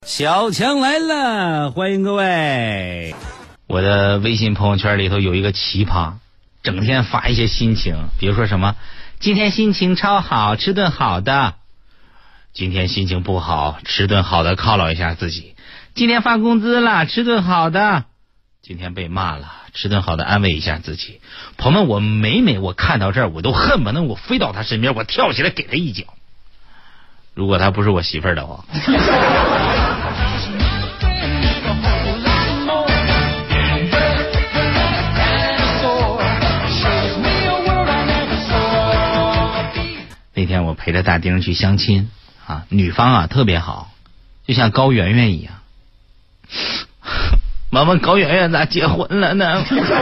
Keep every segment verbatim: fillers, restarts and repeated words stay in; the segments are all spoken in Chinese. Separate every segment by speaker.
Speaker 1: 小强来了，欢迎各位。我的微信朋友圈里头有一个奇葩，整天发一些心情，比如说什么今天心情超好，吃顿好的；今天心情不好，吃顿好的犒劳一下自己；今天发工资了，吃顿好的；今天被骂了，吃顿好的安慰一下自己。朋友们，我每每我看到这儿，我都恨不得我飞到他身边，我跳起来给他一脚。如果他不是我媳妇儿的话。那天我陪着大丁去相亲啊，女方啊特别好，就像高圆圆一样。妈妈，高圆圆咋结婚了呢？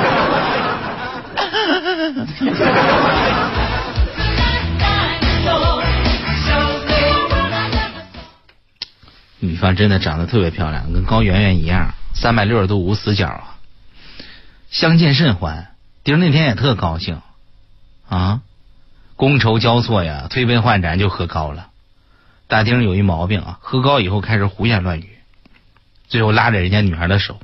Speaker 1: 女方真的长得特别漂亮，跟高圆圆一样，三百六十度无死角啊。相见甚欢，丁那天也特高兴啊。觥筹交错呀，推杯换盏就喝高了。大丁有一毛病啊，喝高以后开始胡言乱语，最后拉着人家女孩的手。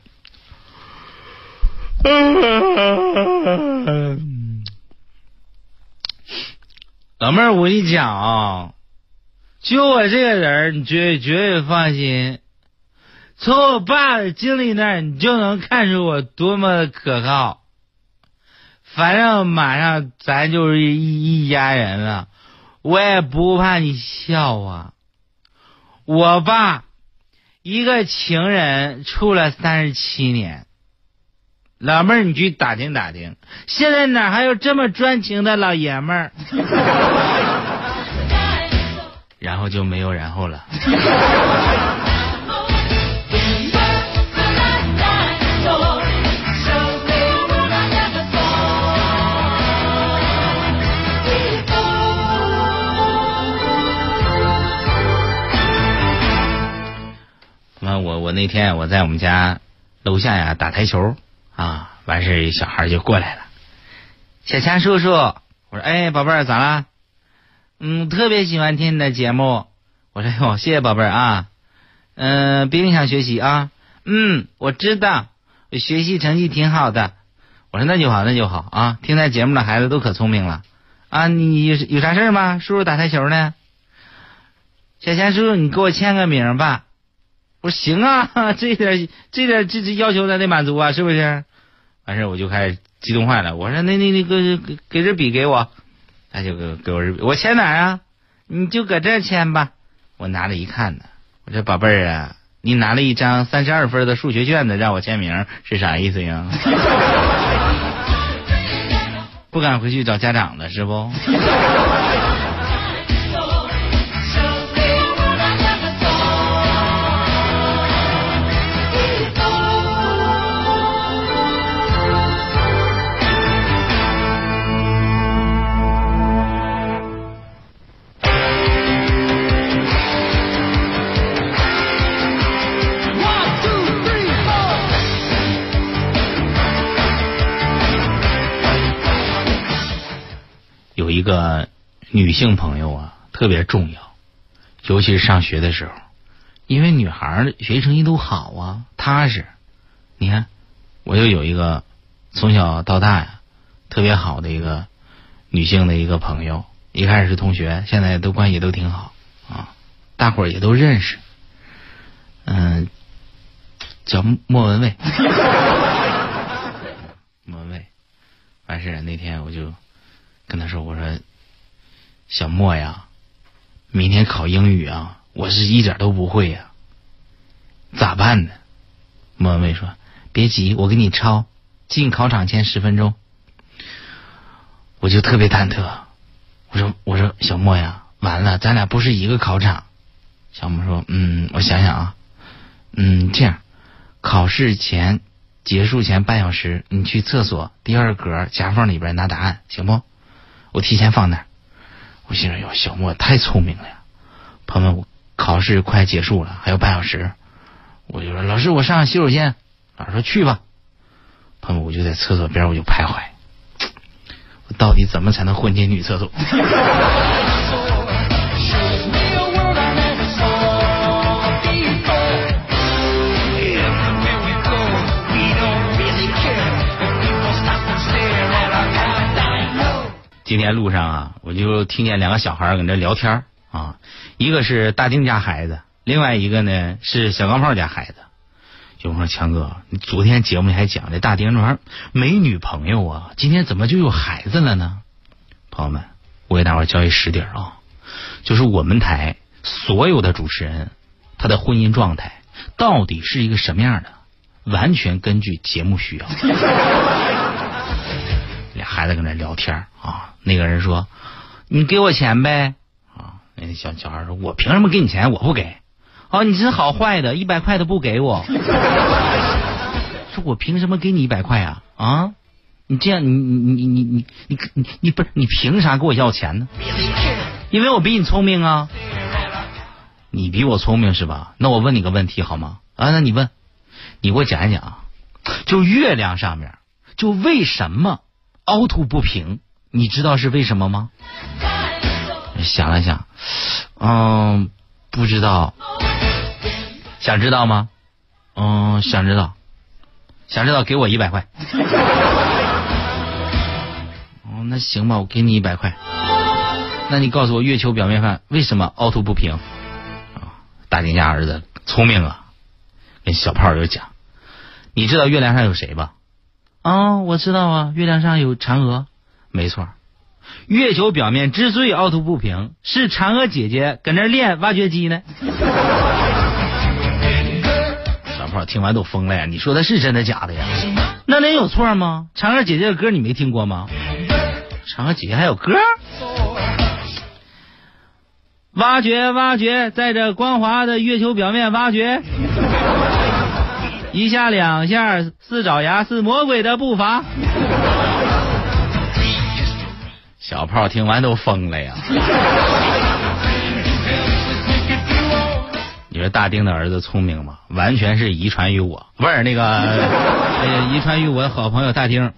Speaker 1: 老妹儿，我跟你讲啊，就我这个人，你绝绝对放心。从我爸的经历那儿，你就能看出我多么的可靠。反正马上咱就是一一家人了，我也不怕你笑话。我爸一个情人处了三十七年，老妹儿你去打听打听，现在哪还有这么专情的老爷们儿？然后就没有然后了。我我那天我在我们家楼下呀打台球啊，完事小孩就过来了。小强叔叔，我说哎宝贝儿咋啦？嗯，特别喜欢听你的节目。我说哟，谢谢宝贝儿啊。嗯、呃，别影响学习啊。嗯，我知道，我学习成绩挺好的。我说那就好那就好啊，听咱节目的孩子都可聪明了啊。你有有啥事儿吗？叔叔打台球呢。小强叔叔，你给我签个名吧。我说行啊，这点这点这这要求咱得满足啊，是不是？完事我就开始激动坏了，我说那那那个给给支笔给我，他就给给我支笔，我签哪儿啊？你就搁这儿签吧。我拿了一看呢，我说宝贝儿啊，你拿了一张三十二分的数学卷子让我签名，是啥意思呀？不敢回去找家长了是不？有一个女性朋友啊特别重要，尤其是上学的时候，因为女孩学习成绩都好啊，踏实。你看我就有一个从小到大呀特别好的一个女性的一个朋友，一开始是同学，现在都关系都挺好啊，大伙儿也都认识。嗯，叫莫文蔚。莫文蔚。完事那天我就跟他说，我说小莫呀，明天考英语啊，我是一点都不会呀，咋办呢？莫文蔚说别急，我给你抄，进考场前十分钟。我就特别忐忑，我说我说小莫呀，完了咱俩不是一个考场。小莫说嗯我想想啊，嗯这样，考试前结束前半小时你去厕所第二格夹缝里边拿答案行不？我提前放那儿。我心说哟，小莫太聪明了呀。朋友们，我考试快结束了，还有半小时，我就说老师我上洗手间。老师说去吧。朋友们，我就在厕所边我就徘徊，我到底怎么才能混进女厕所？ 天路上啊，我就听见两个小孩搁那聊天啊，一个是大丁家孩子，另外一个呢是小钢炮家孩子。就说强哥，你昨天节目里还讲这大丁这玩意儿没女朋友啊，今天怎么就有孩子了呢？朋友们，我给大伙教一实底啊，就是我们台所有的主持人，他的婚姻状态到底是一个什么样的，完全根据节目需要。俩孩子跟那聊天啊，那个人说：“你给我钱呗。”啊，那小小孩说：“我凭什么给你钱？我不给。”哦，你这是好坏的，一百块都不给我。说我凭什么给你一百块啊？啊，你这样，你你你你你你你你不是你凭啥给我要钱呢？因为我比你聪明啊。你比我聪明是吧？那我问你个问题好吗？啊，那你问，你给我讲一讲啊。就月亮上面，就为什么凹凸不平？你知道是为什么吗？想了想，嗯，不知道。想知道吗？嗯，想知道，想知道给我一百块。哦，那行吧，我给你一百块。那你告诉我月球表面上为什么凹凸不平？啊，大丁家儿子聪明啊，跟小炮就讲，你知道月亮上有谁吧？啊，我知道啊，月亮上有嫦娥。没错，月球表面之所以凹凸不平，是嫦娥姐姐跟那练挖掘机呢。听完都疯了呀！你说的是真的假的呀？那能有错吗？嫦娥姐姐的歌你没听过吗？嫦娥姐姐还有歌？挖掘挖掘，在这光滑的月球表面挖掘，一下两下，四爪牙是魔鬼的步伐。小炮听完都疯了呀！你说大丁的儿子聪明吗？完全是遗传于我，不是那个呃，遗传于我的好朋友大丁。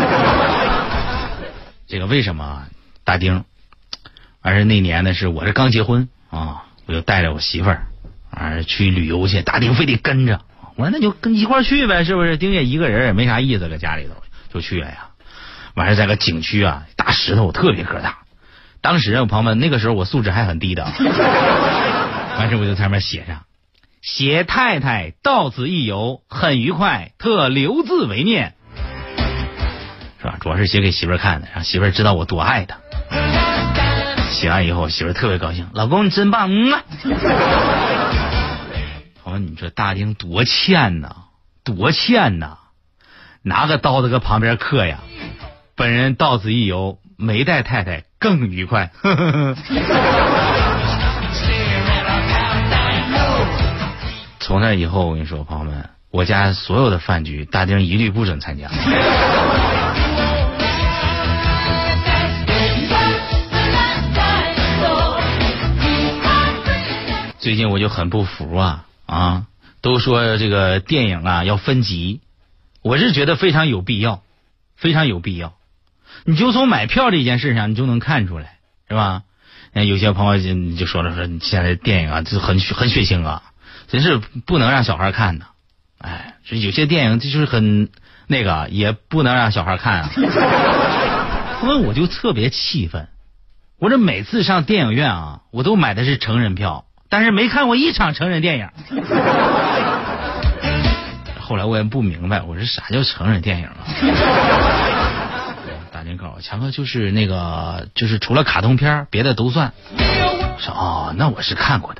Speaker 1: 这个为什么大丁？而是那年呢，是我这刚结婚啊，我就带着我媳妇儿啊去旅游去，大丁非得跟着，我说那就跟一块去呗，是不是？丁爷一个人也没啥意思，搁家里头就去了呀。完事在个景区啊，大石头特别个大。当时啊，朋友们，那个时候我素质还很低的。完事我就在上面写上，携太太到此一游很愉快，特留字为念，是吧？主要是写给媳妇儿看的，让媳妇儿知道我多爱她。写完以后，媳妇儿特别高兴，老公你真棒，嗯啊。朋友，你说大丁多欠呐，多欠呐！拿个刀子搁旁边刻呀，本人到此一游，没带太太更愉快。呵呵呵。从那以后，我跟你说，朋友们，我家所有的饭局，大丁一律不准参加。最近我就很不服啊啊！都说这个电影啊要分级，我是觉得非常有必要，非常有必要。你就从买票这件事上，你就能看出来，是吧？有些朋友就就说了说，现在电影啊，就很很血腥啊。真是不能让小孩看的，哎，这有些电影就是很那个，也不能让小孩看啊。因为我就特别气愤，我这每次上电影院啊，我都买的是成人票，但是没看过一场成人电影。后来我也不明白，我说啥叫成人电影啊？大丁告诉我，强哥就是那个，就是除了卡通片，别的都算。说哦，那我是看过的。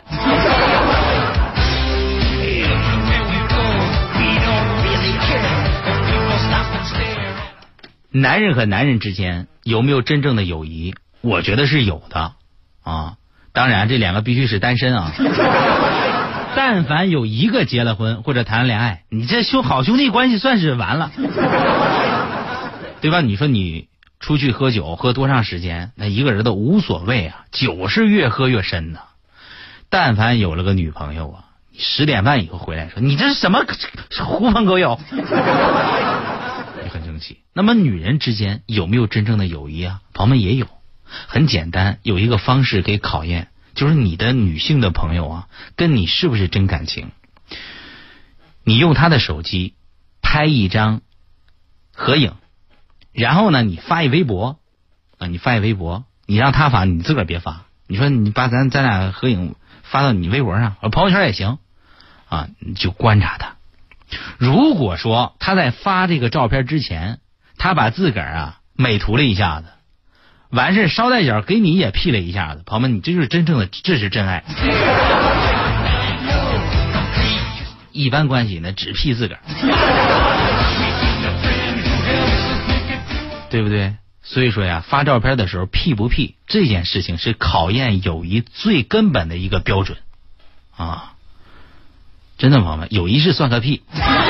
Speaker 1: 男人和男人之间有没有真正的友谊？我觉得是有的啊。当然，这两个必须是单身啊。但凡有一个结了婚或者谈了恋爱，你这兄好兄弟关系算是完了，对吧？你说你出去喝酒喝多长时间，那一个人都无所谓啊，酒是越喝越深的。但凡有了个女朋友啊，十点半以后回来说你这是什么狐朋狗友。也很生气。那么女人之间有没有真正的友谊啊？朋友们也有，很简单，有一个方式可以考验，就是你的女性的朋友啊，跟你是不是真感情？你用她的手机拍一张合影，然后呢，你发一微博啊，你发一微博，你让他发，你自个儿别发。你说你把咱咱俩合影发到你微博上，朋友圈也行啊，你就观察他。如果说他在发这个照片之前，他把自个儿啊美图了一下子，完事捎带脚给你也 P 了一下子，朋友们，你这就是真正的，这是真爱。一般关系呢，只 P 自个儿，对不对？所以说呀，发照片的时候 P 不 P 这件事情是考验友谊最根本的一个标准啊！真的朋友们，友谊是算个屁。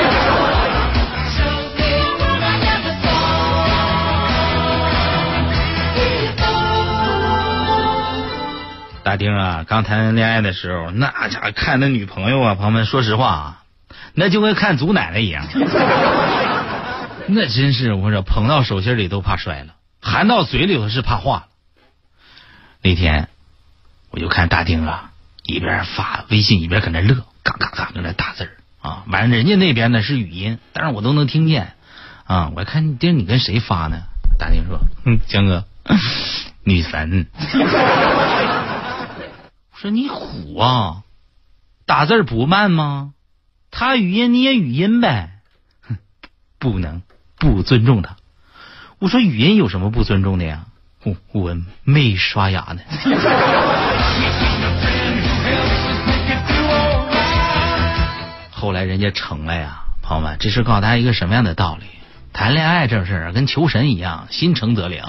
Speaker 1: 大丁啊，刚谈恋爱的时候，那家伙看那女朋友啊，朋友们，说实话啊，那就跟看祖奶奶一样，那真是我说捧到手心里都怕摔了，含到嘴里头是怕化了。那天我就看大丁啊，一边发微信一边搁那乐，嘎嘎嘎搁那打字啊，完了人家那边呢是语音，但是我都能听见啊。我看丁你跟谁发呢？大丁说：“嗯，江哥，女神。”我说你虎啊，打字不慢吗？他语音你也语音呗。哼，不能，不尊重他。我说语音有什么不尊重的呀？我我没刷牙呢。后来人家成了呀，朋友们，这是告诉大家一个什么样的道理？谈恋爱这事儿跟求神一样，心诚则灵。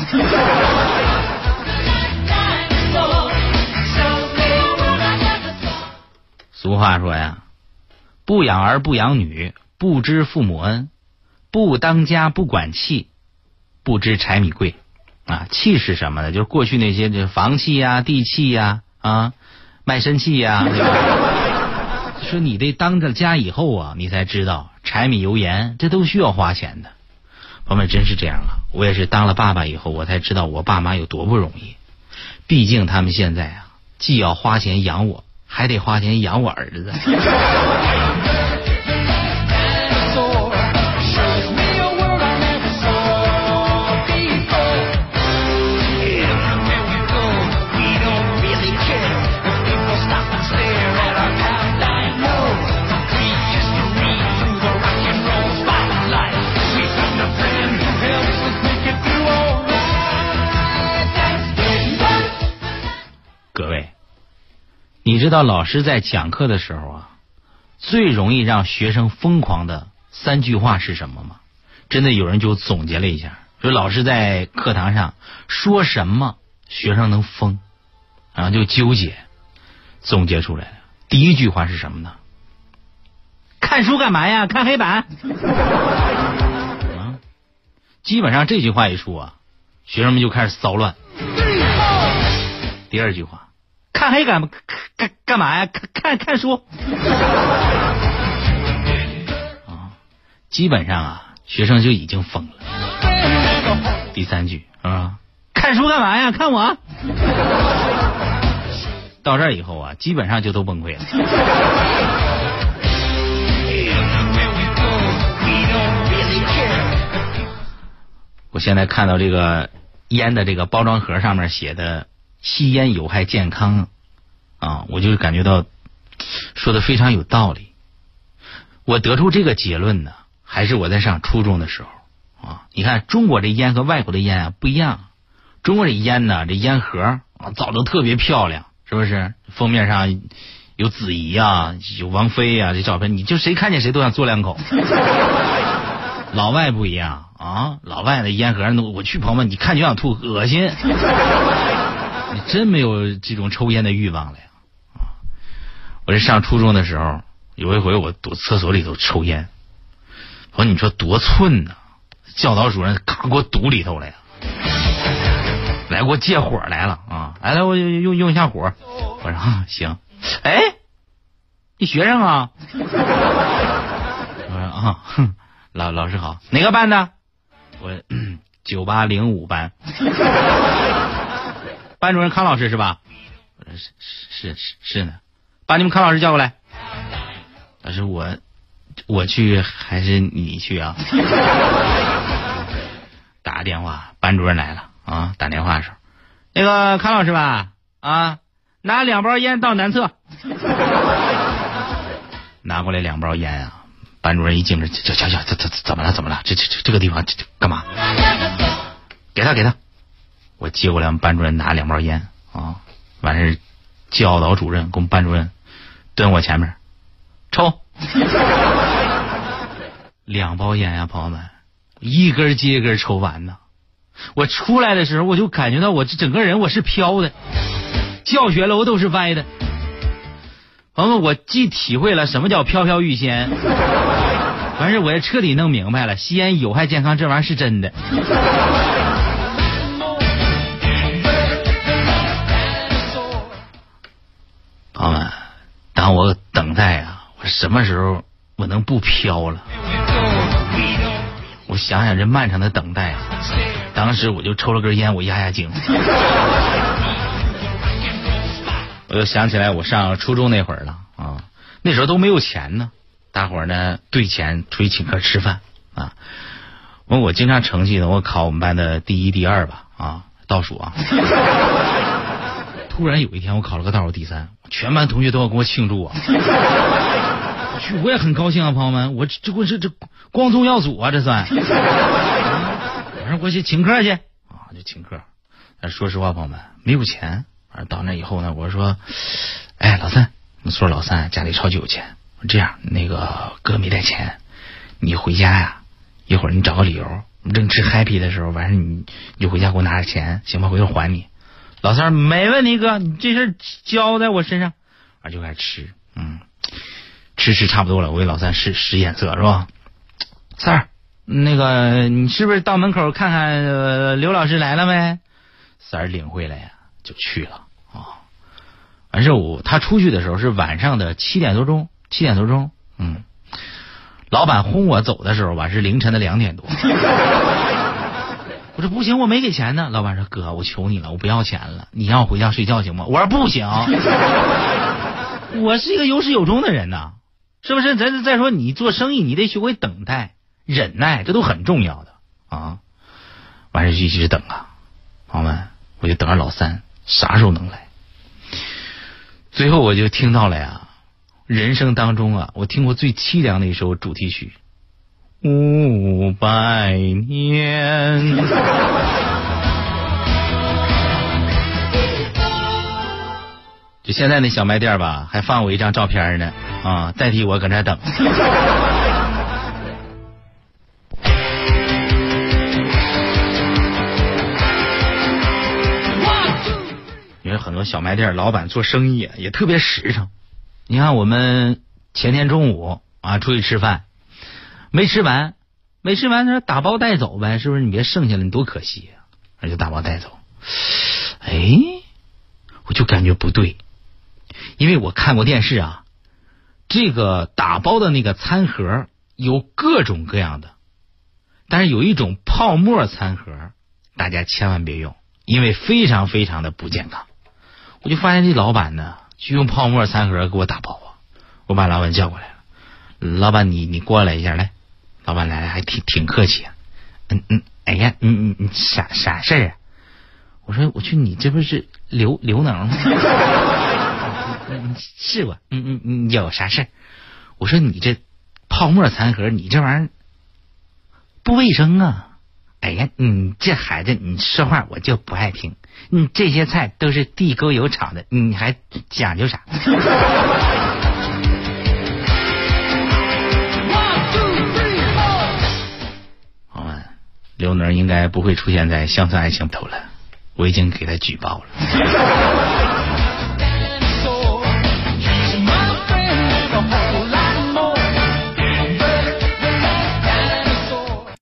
Speaker 1: 俗话说呀，不养儿不养女，不知父母恩，不当家不管气，不知柴米贵啊。气是什么呢？就是过去那些这房契呀、地契呀、啊卖身契呀，对吧？说你得当着家以后啊，你才知道柴米油盐这都需要花钱的。朋友们，真是这样啊！我也是当了爸爸以后，我才知道我爸妈有多不容易。毕竟他们现在啊，既要花钱养我，还得花钱养我儿子。各位，你知道老师在讲课的时候啊，最容易让学生疯狂的三句话是什么吗？真的有人就总结了一下，说老师在课堂上说什么学生能疯，然后就纠结，总结出来了。第一句话是什么呢？看书干嘛呀？看黑板。啊，基本上这句话一出啊，学生们就开始骚乱。第二句话，看黑板干干嘛呀？看看看书。啊，基本上啊，学生就已经疯了。第三句啊，看书干嘛呀？看我。到这儿以后啊，基本上就都崩溃了。我现在看到这个烟的这个包装盒上面写的吸烟有害健康啊，我就感觉到说的非常有道理。我得出这个结论呢，还是我在上初中的时候啊。你看中国这烟和外国的烟啊不一样，中国这烟呢，这烟盒啊造得特别漂亮，是不是？封面上有子怡啊，有王菲啊，这照片你就谁看见谁都想嘬两口。老外不一样啊，老外的烟盒我去朋友们，你看就想吐，恶心。你真没有这种抽烟的欲望了呀！啊，我这上初中的时候，有一回我躲厕所里头抽烟，我说你说多寸呢、啊？教导主任咔给我堵里头了呀！来给我借火来了啊！来来，我用用一下火。我说啊行。哎，你学生啊？我说啊，哼，老老师好，哪个班的？我九八零五班。班主任康老师是吧？我说是是是是呢，把你们康老师叫过来。老师我我去还是你去啊？打个电话，班主任来了啊，打电话的时候，那个康老师吧，啊，拿两包烟到南侧。拿过来两包烟啊，班主任一进门，这这这这这怎么了？怎么了？这这这这个地方这这干嘛？给他给他，我接过来，我们班主任拿两包烟啊，完事教导主任跟我们班主任蹲我前面抽，两包烟呀、啊，朋友们，一根接一根抽完呢。我出来的时候，我就感觉到我这整个人我是飘的，教学楼都是歪的。朋友们，我既体会了什么叫飘飘欲仙，完事我也彻底弄明白了，吸烟有害健康这玩意儿是真的。朋友们，当我等待啊，我什么时候我能不飘了？我想想这漫长的等待，当时我就抽了根烟，我压压惊。我就想起来我上初中那会儿了啊，那时候都没有钱呢，大伙儿呢兑钱出去请客吃饭啊。我我经常成绩呢，我考我们班的第一、第二吧啊，倒数啊。突然有一天我考了个倒数第三，全班同学都要跟我庆祝啊。去，我也很高兴啊，朋友们，我这这这这光宗耀祖啊，这算。晚上过去请客去啊，就请客。但说实话，朋友们，没有钱。到那以后呢，我说，哎，老三，我说老三家里超级有钱，我这样，那个哥没带钱，你回家呀，一会儿你找个理由，正吃 happy 的时候，完事你你就回家给我拿点钱，行吧？回头还你。老三没问题，哥，你这事交在我身上，完就开始吃，嗯，吃吃差不多了，我给老三使使眼色是吧？三儿，那个你是不是到门口看看、呃、刘老师来了没？三儿领会了呀，就去了。完事我他出去的时候是晚上的七点多钟，七点多钟，嗯，老板轰我走的时候吧是凌晨的两点多。我说不行，我没给钱呢。老板说哥，我求你了，我不要钱了，你让我回家睡觉行吗？我说不行，我是一个有始有终的人呐，是不是？咱再说你做生意，你得学会等待、忍耐，这都很重要的啊。完事就一直等啊，朋友们，我就等着老三啥时候能来。最后我就听到了呀，人生当中啊，我听过最凄凉的一首主题曲，五百年。就现在那小卖店吧，还放我一张照片呢，啊，代替我搁那等。因为很多小卖店老板做生意也特别实诚。你看我们前天中午啊出去吃饭，没吃完，没吃完他说打包带走呗，是不是？你别剩下了，你多可惜啊！那就打包带走。哎，我就感觉不对，因为我看过电视啊，这个打包的那个餐盒有各种各样的，但是有一种泡沫餐盒，大家千万别用，因为非常非常的不健康。我就发现这老板呢，就用泡沫餐盒给我打包啊！我把老板叫过来了，老板你你过来一下来。老板来了还挺挺客气啊，嗯嗯，哎呀，你你你啥啥事儿啊？我说我去，你这不是刘刘能吗？是我，嗯嗯嗯，有啥事儿？我说你这泡沫餐盒，你这玩意儿不卫生啊！哎呀，你这孩子，你说话我就不爱听。你这些菜都是地沟油炒的，你还讲究啥？好吧，刘能应该不会出现在乡村爱情头了，我已经给他举报了。